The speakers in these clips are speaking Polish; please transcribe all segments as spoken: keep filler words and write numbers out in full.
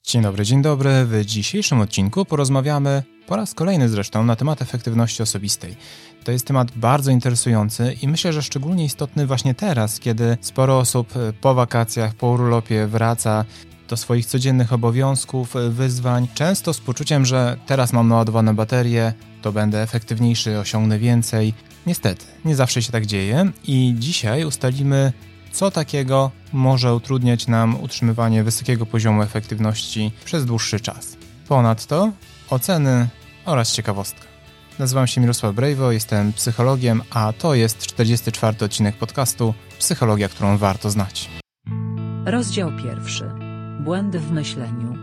Dzień dobry, dzień dobry. W dzisiejszym odcinku porozmawiamy, po raz kolejny zresztą, na temat efektywności osobistej. To jest temat bardzo interesujący i myślę, że szczególnie istotny właśnie teraz, kiedy sporo osób po wakacjach, po urlopie wraca do swoich codziennych obowiązków, wyzwań, często z poczuciem, że teraz mam naładowane baterie, to będę efektywniejszy, osiągnę więcej. Niestety, nie zawsze się tak dzieje i dzisiaj ustalimy, co takiego może utrudniać nam utrzymywanie wysokiego poziomu efektywności przez dłuższy czas. Ponadto oceny oraz ciekawostka. Nazywam się Mirosław Brejwo, jestem psychologiem, a to jest czterdziesty czwarty odcinek podcastu Psychologia, którą warto znać. Rozdział pierwszy. Błędy w myśleniu.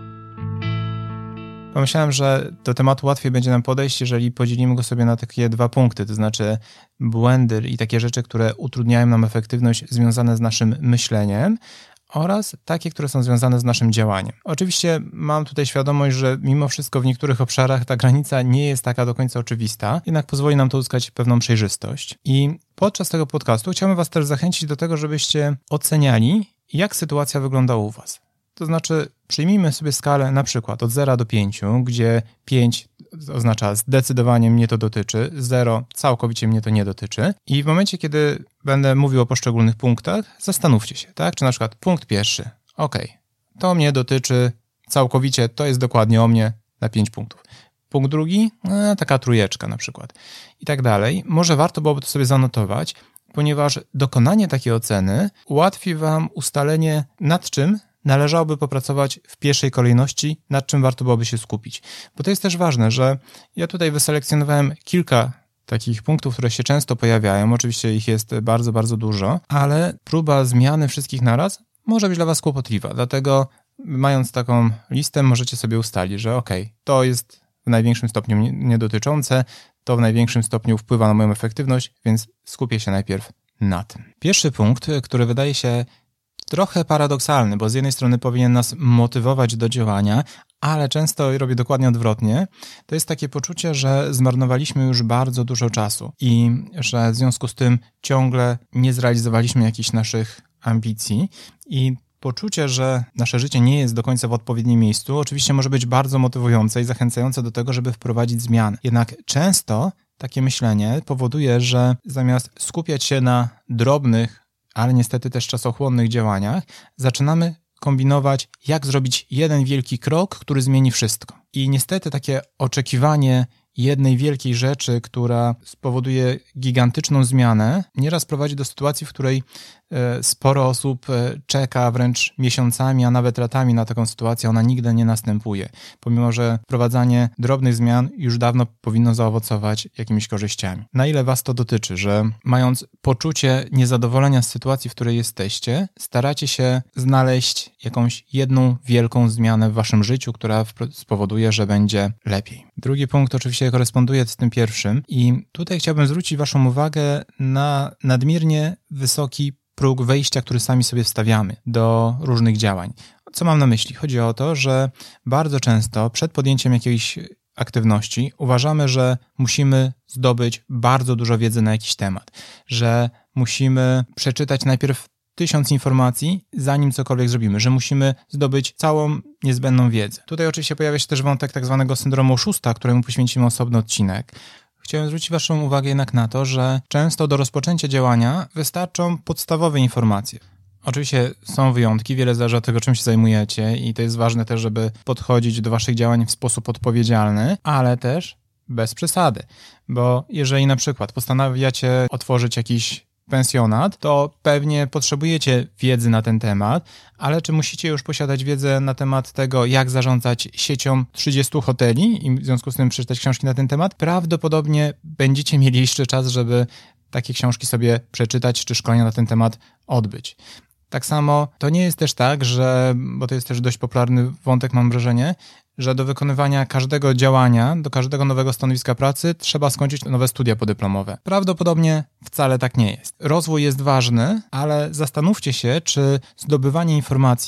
Pomyślałem, że do tematu łatwiej będzie nam podejść, jeżeli podzielimy go sobie na takie dwa punkty, to znaczy błędy i takie rzeczy, które utrudniają nam efektywność związane z naszym myśleniem oraz takie, które są związane z naszym działaniem. Oczywiście mam tutaj świadomość, że mimo wszystko w niektórych obszarach ta granica nie jest taka do końca oczywista, jednak pozwoli nam to uzyskać pewną przejrzystość. I podczas tego podcastu chciałbym Was też zachęcić do tego, żebyście oceniali, jak sytuacja wygląda u Was. To znaczy przyjmijmy sobie skalę na przykład od zera do pięciu, gdzie pięć oznacza zdecydowanie mnie to dotyczy, zero całkowicie mnie to nie dotyczy i w momencie, kiedy będę mówił o poszczególnych punktach, zastanówcie się, tak? Czy na przykład punkt pierwszy, ok, to mnie dotyczy całkowicie, to jest dokładnie o mnie na pięć punktów. Punkt drugi, no, taka trójeczka na przykład i tak dalej. Może warto byłoby to sobie zanotować, ponieważ dokonanie takiej oceny ułatwi Wam ustalenie nad czym należałoby popracować w pierwszej kolejności, nad czym warto byłoby się skupić. Bo to jest też ważne, że ja tutaj wyselekcjonowałem kilka takich punktów, które się często pojawiają. Oczywiście ich jest bardzo, bardzo dużo, ale próba zmiany wszystkich naraz może być dla Was kłopotliwa. Dlatego mając taką listę możecie sobie ustalić, że ok, to jest w największym stopniu mnie dotyczące, to w największym stopniu wpływa na moją efektywność, więc skupię się najpierw na tym. Pierwszy punkt, który wydaje się trochę paradoksalny, bo z jednej strony powinien nas motywować do działania, ale często robi dokładnie odwrotnie, to jest takie poczucie, że zmarnowaliśmy już bardzo dużo czasu i że w związku z tym ciągle nie zrealizowaliśmy jakichś naszych ambicji i poczucie, że nasze życie nie jest do końca w odpowiednim miejscu, oczywiście może być bardzo motywujące i zachęcające do tego, żeby wprowadzić zmiany. Jednak często takie myślenie powoduje, że zamiast skupiać się na drobnych, ale niestety też czasochłonnych działaniach, zaczynamy kombinować, jak zrobić jeden wielki krok, który zmieni wszystko. I niestety takie oczekiwanie jednej wielkiej rzeczy, która spowoduje gigantyczną zmianę, nieraz prowadzi do sytuacji, w której sporo osób czeka wręcz miesiącami, a nawet latami na taką sytuację, ona nigdy nie następuje. Pomimo że wprowadzanie drobnych zmian już dawno powinno zaowocować jakimiś korzyściami. Na ile Was to dotyczy, że mając poczucie niezadowolenia z sytuacji, w której jesteście, staracie się znaleźć jakąś jedną wielką zmianę w Waszym życiu, która spowoduje, że będzie lepiej. Drugi punkt oczywiście koresponduje z tym pierwszym i tutaj chciałbym zwrócić Waszą uwagę na nadmiernie wysoki próg wejścia, który sami sobie wstawiamy do różnych działań. Co mam na myśli? Chodzi o to, że bardzo często przed podjęciem jakiejś aktywności uważamy, że musimy zdobyć bardzo dużo wiedzy na jakiś temat, że musimy przeczytać najpierw tysiąc informacji, zanim cokolwiek zrobimy, że musimy zdobyć całą niezbędną wiedzę. Tutaj oczywiście pojawia się też wątek tak zwanego syndromu oszusta, któremu poświęcimy osobny odcinek. Chciałem zwrócić Waszą uwagę jednak na to, że często do rozpoczęcia działania wystarczą podstawowe informacje. Oczywiście są wyjątki, wiele zależy od tego, czym się zajmujecie i to jest ważne też, żeby podchodzić do Waszych działań w sposób odpowiedzialny, ale też bez przesady, bo jeżeli na przykład postanawiacie otworzyć jakiś pensjonat, to pewnie potrzebujecie wiedzy na ten temat, ale czy musicie już posiadać wiedzę na temat tego, jak zarządzać siecią trzydziestu hoteli i w związku z tym przeczytać książki na ten temat? Prawdopodobnie będziecie mieli jeszcze czas, żeby takie książki sobie przeczytać, czy szkolenia na ten temat odbyć. Tak samo to nie jest też tak, że, bo to jest też dość popularny wątek, mam wrażenie, że do wykonywania każdego działania, do każdego nowego stanowiska pracy trzeba skończyć nowe studia podyplomowe. Prawdopodobnie wcale tak nie jest. Rozwój jest ważny, ale zastanówcie się, czy zdobywanie informacji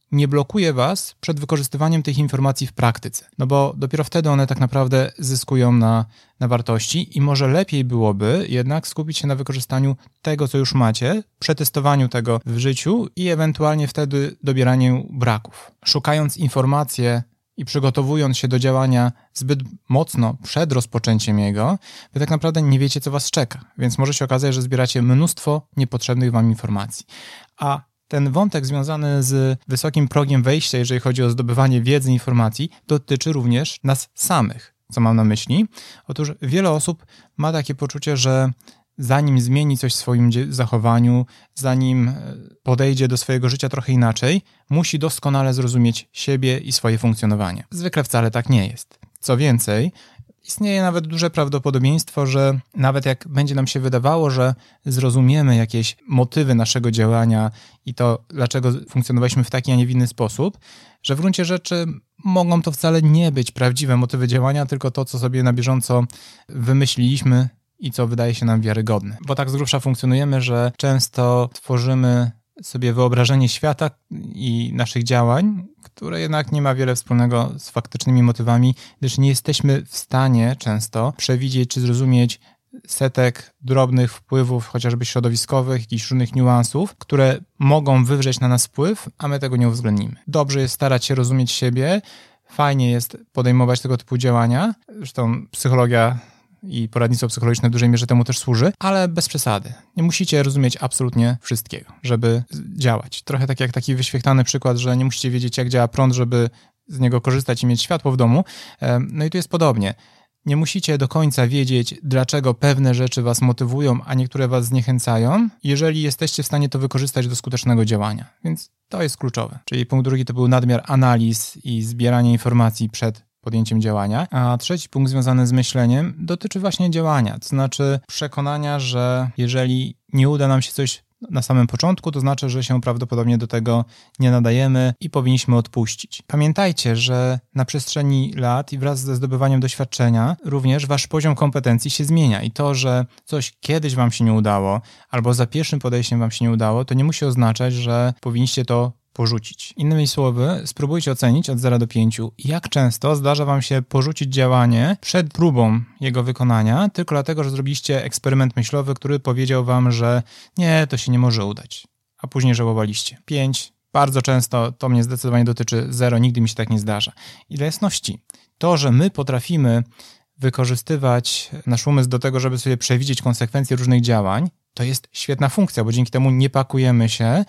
nie blokuje was przed wykorzystywaniem tych informacji w praktyce. No bo dopiero wtedy one tak naprawdę zyskują na, na wartości i może lepiej byłoby jednak skupić się na wykorzystaniu tego, co już macie, przetestowaniu tego w życiu i ewentualnie wtedy dobieraniu braków. Szukając informacje i przygotowując się do działania zbyt mocno przed rozpoczęciem jego, wy tak naprawdę nie wiecie, co was czeka. Więc może się okazać, że zbieracie mnóstwo niepotrzebnych wam informacji. A ten wątek związany z wysokim progiem wejścia, jeżeli chodzi o zdobywanie wiedzy i informacji, dotyczy również nas samych. Co mam na myśli? Otóż wiele osób ma takie poczucie, że zanim zmieni coś w swoim zachowaniu, zanim podejdzie do swojego życia trochę inaczej, musi doskonale zrozumieć siebie i swoje funkcjonowanie. Zwykle wcale tak nie jest. Co więcej, istnieje nawet duże prawdopodobieństwo, że nawet jak będzie nam się wydawało, że zrozumiemy jakieś motywy naszego działania i to, dlaczego funkcjonowaliśmy w taki, a nie w inny sposób, że w gruncie rzeczy mogą to wcale nie być prawdziwe motywy działania, tylko to, co sobie na bieżąco wymyśliliśmy i co wydaje się nam wiarygodne. Bo tak z grubsza funkcjonujemy, że często tworzymy sobie wyobrażenie świata i naszych działań, które jednak nie ma wiele wspólnego z faktycznymi motywami, gdyż nie jesteśmy w stanie często przewidzieć czy zrozumieć setek drobnych wpływów, chociażby środowiskowych, jakichś różnych niuansów, które mogą wywrzeć na nas wpływ, a my tego nie uwzględnimy. Dobrze jest starać się rozumieć siebie, fajnie jest podejmować tego typu działania, zresztą psychologia i poradnictwo psychologiczne w dużej mierze temu też służy, ale bez przesady. Nie musicie rozumieć absolutnie wszystkiego, żeby działać. Trochę tak jak taki wyświetlany przykład, że nie musicie wiedzieć, jak działa prąd, żeby z niego korzystać i mieć światło w domu. No i tu jest podobnie. Nie musicie do końca wiedzieć, dlaczego pewne rzeczy was motywują, a niektóre was zniechęcają, jeżeli jesteście w stanie to wykorzystać do skutecznego działania. Więc to jest kluczowe. Czyli punkt drugi to był nadmiar analiz i zbieranie informacji przed podjęciem działania, a trzeci punkt związany z myśleniem dotyczy właśnie działania, to znaczy przekonania, że jeżeli nie uda nam się coś na samym początku, to znaczy, że się prawdopodobnie do tego nie nadajemy i powinniśmy odpuścić. Pamiętajcie, że na przestrzeni lat i wraz ze zdobywaniem doświadczenia również wasz poziom kompetencji się zmienia i to, że coś kiedyś wam się nie udało albo za pierwszym podejściem wam się nie udało, to nie musi oznaczać, że powinniście to porzucić. Innymi słowy, spróbujcie ocenić od zera do pięciu, jak często zdarza wam się porzucić działanie przed próbą jego wykonania, tylko dlatego, że zrobiliście eksperyment myślowy, który powiedział wam, że nie, to się nie może udać, a później żałowaliście. pięć. Bardzo często to mnie zdecydowanie dotyczy. zero. Nigdy mi się tak nie zdarza. I dla jasności, to, że my potrafimy wykorzystywać nasz umysł do tego, żeby sobie przewidzieć konsekwencje różnych działań, to jest świetna funkcja, bo dzięki temu nie pakujemy się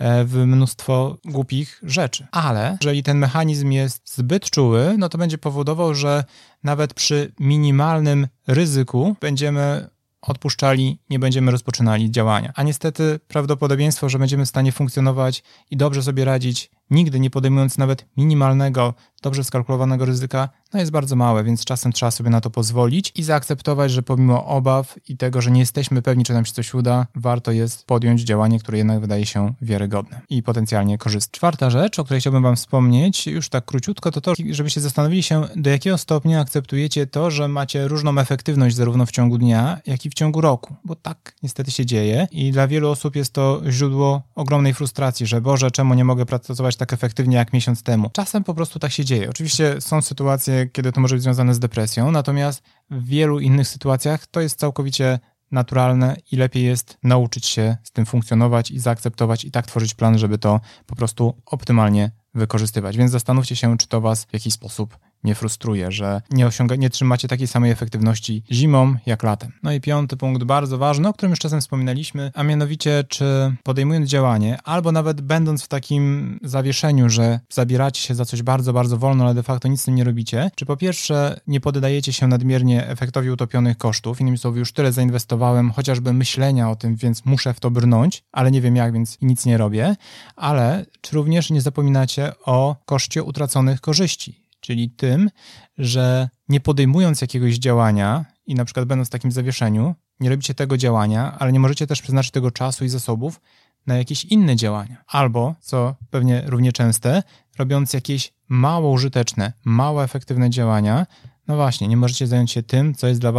w mnóstwo głupich rzeczy. Ale jeżeli ten mechanizm jest zbyt czuły, no to będzie powodował, że nawet przy minimalnym ryzyku będziemy odpuszczali, nie będziemy rozpoczynali działania. A niestety prawdopodobieństwo, że będziemy w stanie funkcjonować i dobrze sobie radzić, nigdy nie podejmując nawet minimalnego, dobrze skalkulowanego ryzyka, no jest bardzo małe, więc czasem trzeba sobie na to pozwolić i zaakceptować, że pomimo obaw i tego, że nie jesteśmy pewni, czy nam się coś uda, warto jest podjąć działanie, które jednak wydaje się wiarygodne i potencjalnie korzystne. Czwarta rzecz, o której chciałbym wam wspomnieć, już tak króciutko, to to, żebyście zastanowili się, do jakiego stopnia akceptujecie to, że macie różną efektywność zarówno w ciągu dnia, jak i w ciągu roku, bo tak niestety się dzieje i dla wielu osób jest to źródło ogromnej frustracji, że Boże, czemu nie mogę pracować tak efektywnie jak miesiąc temu. Czasem po prostu tak się dzieje. Oczywiście są sytuacje, kiedy to może być związane z depresją, natomiast w wielu innych sytuacjach to jest całkowicie naturalne i lepiej jest nauczyć się z tym funkcjonować i zaakceptować i tak tworzyć plan, żeby to po prostu optymalnie wykorzystywać. Więc zastanówcie się, czy to was w jakiś sposób nie frustruje, że nie osiąga, nie trzymacie takiej samej efektywności zimą jak latem. No i piąty punkt, bardzo ważny, o którym już czasem wspominaliśmy, a mianowicie, czy podejmując działanie, albo nawet będąc w takim zawieszeniu, że zabieracie się za coś bardzo, bardzo wolno, ale de facto nic z tym nie robicie, czy po pierwsze nie poddajecie się nadmiernie efektowi utopionych kosztów, innymi słowy, już tyle zainwestowałem, chociażby myślenia o tym, więc muszę w to brnąć, ale nie wiem jak, więc nic nie robię, ale czy również nie zapominacie o koszcie utraconych korzyści, czyli tym, że nie podejmując jakiegoś działania i na przykład będąc w takim zawieszeniu, nie robicie tego działania, ale nie możecie też przeznaczyć tego czasu i zasobów na jakieś inne działania. Albo, co pewnie równie częste, robiąc jakieś mało użyteczne, mało efektywne działania, no właśnie, nie możecie zająć się tym, co jest dla was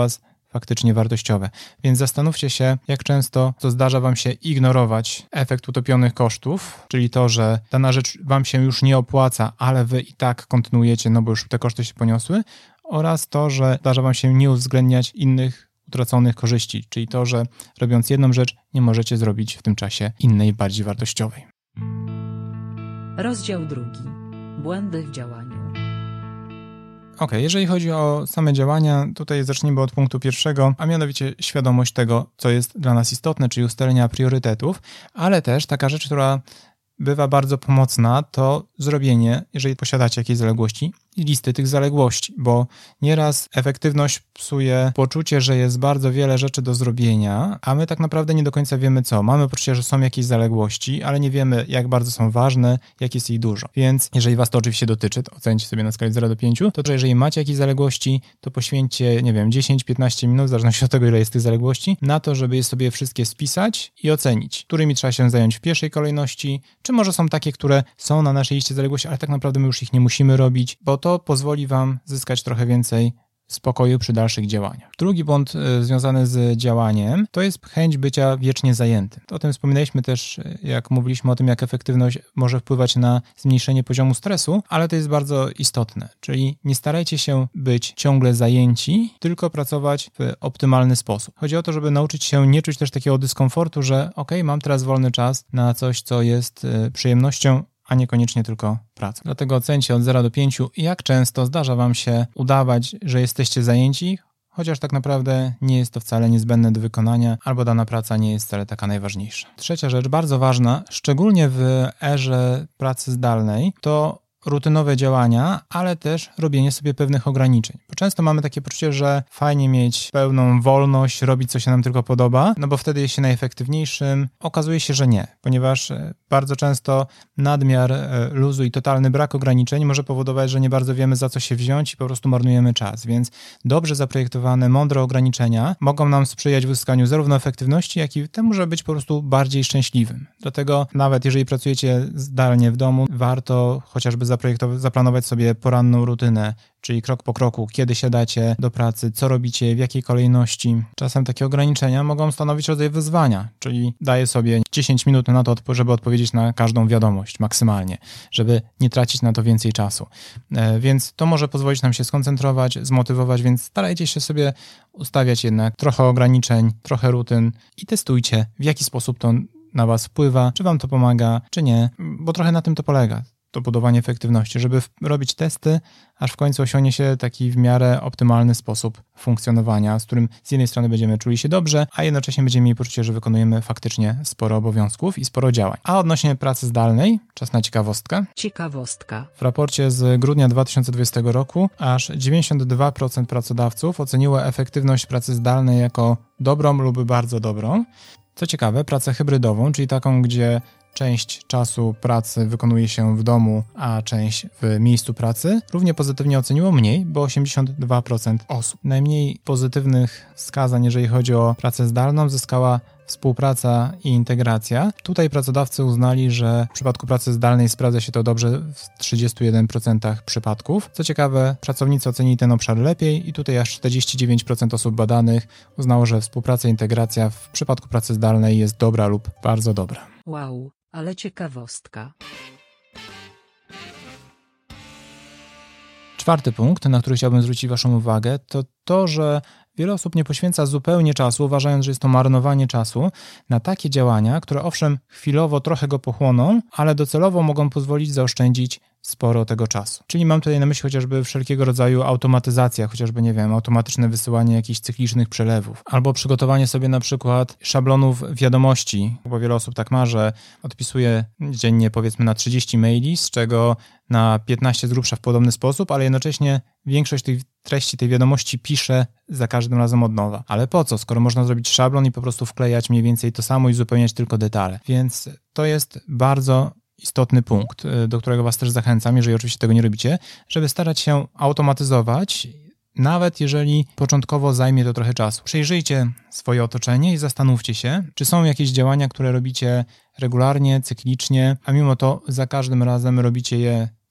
faktycznie wartościowe. Więc zastanówcie się, jak często to zdarza wam się ignorować efekt utopionych kosztów, czyli to, że dana rzecz wam się już nie opłaca, ale wy i tak kontynuujecie, no bo już te koszty się poniosły, oraz to, że zdarza wam się nie uwzględniać innych utraconych korzyści, czyli to, że robiąc jedną rzecz, nie możecie zrobić w tym czasie innej, bardziej wartościowej. Rozdział drugi. Błędy w działaniu. Ok, jeżeli chodzi o same działania, tutaj zacznijmy od punktu pierwszego, a mianowicie świadomość tego, co jest dla nas istotne, czyli ustalenia priorytetów, ale też taka rzecz, która bywa bardzo pomocna, to zrobienie, jeżeli posiadacie jakieś zaległości, listy tych zaległości, bo nieraz efektywność psuje poczucie, że jest bardzo wiele rzeczy do zrobienia, a my tak naprawdę nie do końca wiemy co. Mamy poczucie, że są jakieś zaległości, ale nie wiemy, jak bardzo są ważne, jak jest ich dużo. Więc jeżeli was to oczywiście dotyczy, to ocencie sobie na skali od zera do pięciu, to jeżeli macie jakieś zaległości, to poświęćcie, nie wiem, dziesięć do piętnastu minut, w zależności od tego, ile jest tych zaległości, na to, żeby je sobie wszystkie spisać i ocenić, którymi trzeba się zająć w pierwszej kolejności, czy może są takie, które są na naszej liście zaległości, ale tak naprawdę my już ich nie musimy robić, bo to pozwoli wam zyskać trochę więcej spokoju przy dalszych działaniach. Drugi błąd y, związany z działaniem to jest chęć bycia wiecznie zajętym. O tym wspominaliśmy też, jak mówiliśmy o tym, jak efektywność może wpływać na zmniejszenie poziomu stresu, ale to jest bardzo istotne, czyli nie starajcie się być ciągle zajęci, tylko pracować w optymalny sposób. Chodzi o to, żeby nauczyć się nie czuć też takiego dyskomfortu, że ok, mam teraz wolny czas na coś, co jest y, przyjemnością, a niekoniecznie tylko pracą. Dlatego ocencie od zera do pięciu, jak często zdarza wam się udawać, że jesteście zajęci, chociaż tak naprawdę nie jest to wcale niezbędne do wykonania, albo dana praca nie jest wcale taka najważniejsza. Trzecia rzecz, bardzo ważna, szczególnie w erze pracy zdalnej, to rutynowe działania, ale też robienie sobie pewnych ograniczeń. Bo często mamy takie poczucie, że fajnie mieć pełną wolność, robić co się nam tylko podoba, no bo wtedy jest się najefektywniejszym. Okazuje się, że nie, ponieważ bardzo często nadmiar luzu i totalny brak ograniczeń może powodować, że nie bardzo wiemy, za co się wziąć i po prostu marnujemy czas. Więc dobrze zaprojektowane, mądre ograniczenia mogą nam sprzyjać w uzyskaniu zarówno efektywności, jak i temu, żeby być po prostu bardziej szczęśliwym. Dlatego nawet jeżeli pracujecie zdalnie w domu, warto chociażby zaprojektować, zaplanować sobie poranną rutynę, czyli krok po kroku, kiedy siadacie do pracy, co robicie, w jakiej kolejności. Czasem takie ograniczenia mogą stanowić rodzaj wyzwania, czyli daję sobie dziesięć minut na to, żeby odpowiedzieć na każdą wiadomość maksymalnie, żeby nie tracić na to więcej czasu. Więc to może pozwolić nam się skoncentrować, zmotywować, więc starajcie się sobie ustawiać jednak trochę ograniczeń, trochę rutyn i testujcie, w jaki sposób to na was wpływa, czy wam to pomaga, czy nie, bo trochę na tym to polega. To budowanie efektywności, żeby robić testy, aż w końcu osiągnie się taki w miarę optymalny sposób funkcjonowania, z którym z jednej strony będziemy czuli się dobrze, a jednocześnie będziemy mieli poczucie, że wykonujemy faktycznie sporo obowiązków i sporo działań. A odnośnie pracy zdalnej, czas na ciekawostkę. Ciekawostka. W raporcie z grudnia dwa tysiące dwudziestego roku aż dziewięćdziesiąt dwa procent pracodawców oceniło efektywność pracy zdalnej jako dobrą lub bardzo dobrą. Co ciekawe, pracę hybrydową, czyli taką, gdzie część czasu pracy wykonuje się w domu, a część w miejscu pracy, równie pozytywnie oceniło mniej, bo osiemdziesiąt dwa procent osób. Najmniej pozytywnych wskazań, jeżeli chodzi o pracę zdalną, zyskała współpraca i integracja. Tutaj pracodawcy uznali, że w przypadku pracy zdalnej sprawdza się to dobrze w trzydziestu jeden procent przypadków. Co ciekawe, pracownicy ocenili ten obszar lepiej i tutaj aż czterdzieści dziewięć procent osób badanych uznało, że współpraca i integracja w przypadku pracy zdalnej jest dobra lub bardzo dobra. Wow, ale ciekawostka. Czwarty punkt, na który chciałbym zwrócić waszą uwagę, to to, że wiele osób nie poświęca zupełnie czasu, uważając, że jest to marnowanie czasu, na takie działania, które owszem chwilowo trochę go pochłoną, ale docelowo mogą pozwolić zaoszczędzić sporo tego czasu. Czyli mam tutaj na myśli chociażby wszelkiego rodzaju automatyzacja, chociażby, nie wiem, automatyczne wysyłanie jakichś cyklicznych przelewów, albo przygotowanie sobie na przykład szablonów wiadomości, bo wiele osób tak ma, że odpisuje dziennie powiedzmy na trzydzieści maili, z czego na piętnaście z grubsza w podobny sposób, ale jednocześnie większość tych treści tej wiadomości pisze za każdym razem od nowa. Ale po co, skoro można zrobić szablon i po prostu wklejać mniej więcej to samo i uzupełniać tylko detale. Więc to jest bardzo istotny punkt, do którego was też zachęcam, jeżeli oczywiście tego nie robicie, żeby starać się automatyzować, nawet jeżeli początkowo zajmie to trochę czasu. Przejrzyjcie swoje otoczenie i zastanówcie się, czy są jakieś działania, które robicie regularnie, cyklicznie, a mimo to za każdym razem robicie je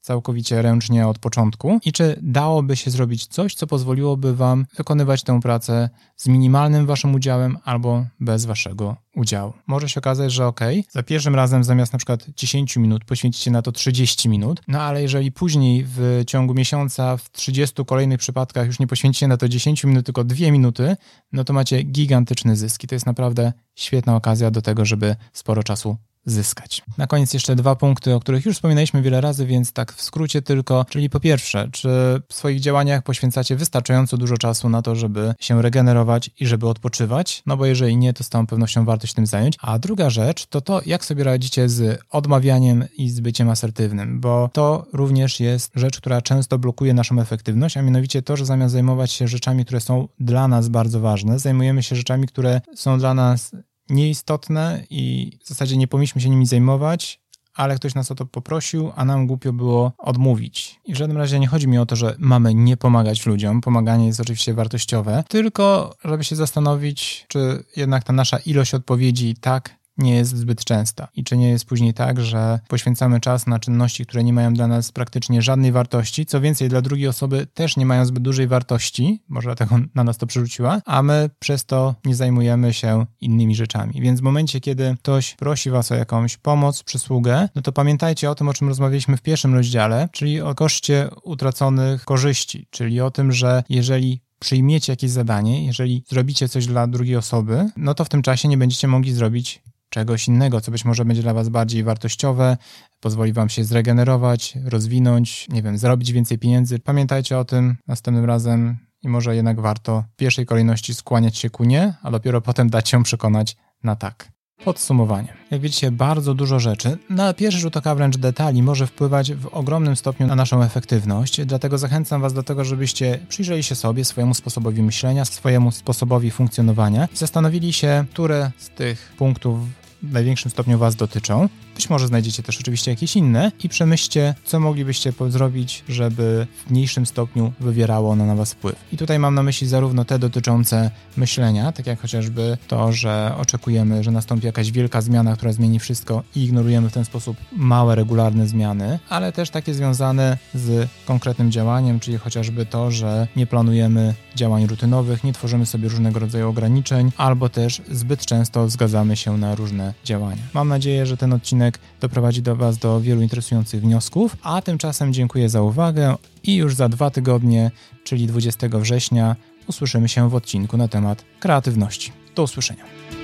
całkowicie ręcznie od początku i czy dałoby się zrobić coś, co pozwoliłoby wam wykonywać tę pracę z minimalnym waszym udziałem albo bez waszego udziału. Może się okazać, że ok, za pierwszym razem zamiast na przykład dziesięć minut poświęcicie na to trzydzieści minut, no ale jeżeli później w ciągu miesiąca w trzydziestu kolejnych przypadkach już nie poświęcicie na to dziesięć minut, tylko dwie minuty, no to macie gigantyczny zysk i to jest naprawdę świetna okazja do tego, żeby sporo czasu zyskać. Na koniec jeszcze dwa punkty, o których już wspominaliśmy wiele razy, więc tak w skrócie tylko, czyli po pierwsze, czy w swoich działaniach poświęcacie wystarczająco dużo czasu na to, żeby się regenerować i żeby odpoczywać, no bo jeżeli nie, to z całą pewnością warto się tym zająć. A druga rzecz to to, jak sobie radzicie z odmawianiem i z byciem asertywnym, bo to również jest rzecz, która często blokuje naszą efektywność, a mianowicie to, że zamiast zajmować się rzeczami, które są dla nas bardzo ważne, zajmujemy się rzeczami, które są dla nas nieistotne i w zasadzie nie powinniśmy się nimi zajmować, ale ktoś nas o to poprosił, a nam głupio było odmówić. I w żadnym razie nie chodzi mi o to, że mamy nie pomagać ludziom. Pomaganie jest oczywiście wartościowe, tylko żeby się zastanowić, czy jednak ta nasza ilość odpowiedzi tak nie jest zbyt częsta. I czy nie jest później tak, że poświęcamy czas na czynności, które nie mają dla nas praktycznie żadnej wartości, co więcej, dla drugiej osoby też nie mają zbyt dużej wartości, może dlatego na nas to przerzuciła, a my przez to nie zajmujemy się innymi rzeczami. Więc w momencie, kiedy ktoś prosi was o jakąś pomoc, przysługę, no to pamiętajcie o tym, o czym rozmawialiśmy w pierwszym rozdziale, czyli o koszcie utraconych korzyści, czyli o tym, że jeżeli przyjmiecie jakieś zadanie, jeżeli zrobicie coś dla drugiej osoby, no to w tym czasie nie będziecie mogli zrobić czegoś innego, co być może będzie dla was bardziej wartościowe, pozwoli wam się zregenerować, rozwinąć, nie wiem, zarobić więcej pieniędzy. Pamiętajcie o tym następnym razem i może jednak warto w pierwszej kolejności skłaniać się ku nie, a dopiero potem dać się przekonać na tak. Podsumowanie. Jak widzicie, bardzo dużo rzeczy, na pierwszy rzut oka wręcz detali, może wpływać w ogromnym stopniu na naszą efektywność, dlatego zachęcam was do tego, żebyście przyjrzeli się sobie, swojemu sposobowi myślenia, swojemu sposobowi funkcjonowania i zastanowili się, które z tych punktów w największym stopniu was dotyczą. Być może znajdziecie też oczywiście jakieś inne i przemyślcie, co moglibyście zrobić, żeby w mniejszym stopniu wywierało ono na was wpływ. I tutaj mam na myśli zarówno te dotyczące myślenia, tak jak chociażby to, że oczekujemy, że nastąpi jakaś wielka zmiana, która zmieni wszystko i ignorujemy w ten sposób małe, regularne zmiany, ale też takie związane z konkretnym działaniem, czyli chociażby to, że nie planujemy działań rutynowych, nie tworzymy sobie różnego rodzaju ograniczeń, albo też zbyt często zgadzamy się na różne działania. Mam nadzieję, że ten odcinek doprowadzi do was do wielu interesujących wniosków, a tymczasem dziękuję za uwagę i już za dwa tygodnie, czyli dwudziestego września, usłyszymy się w odcinku na temat kreatywności. Do usłyszenia.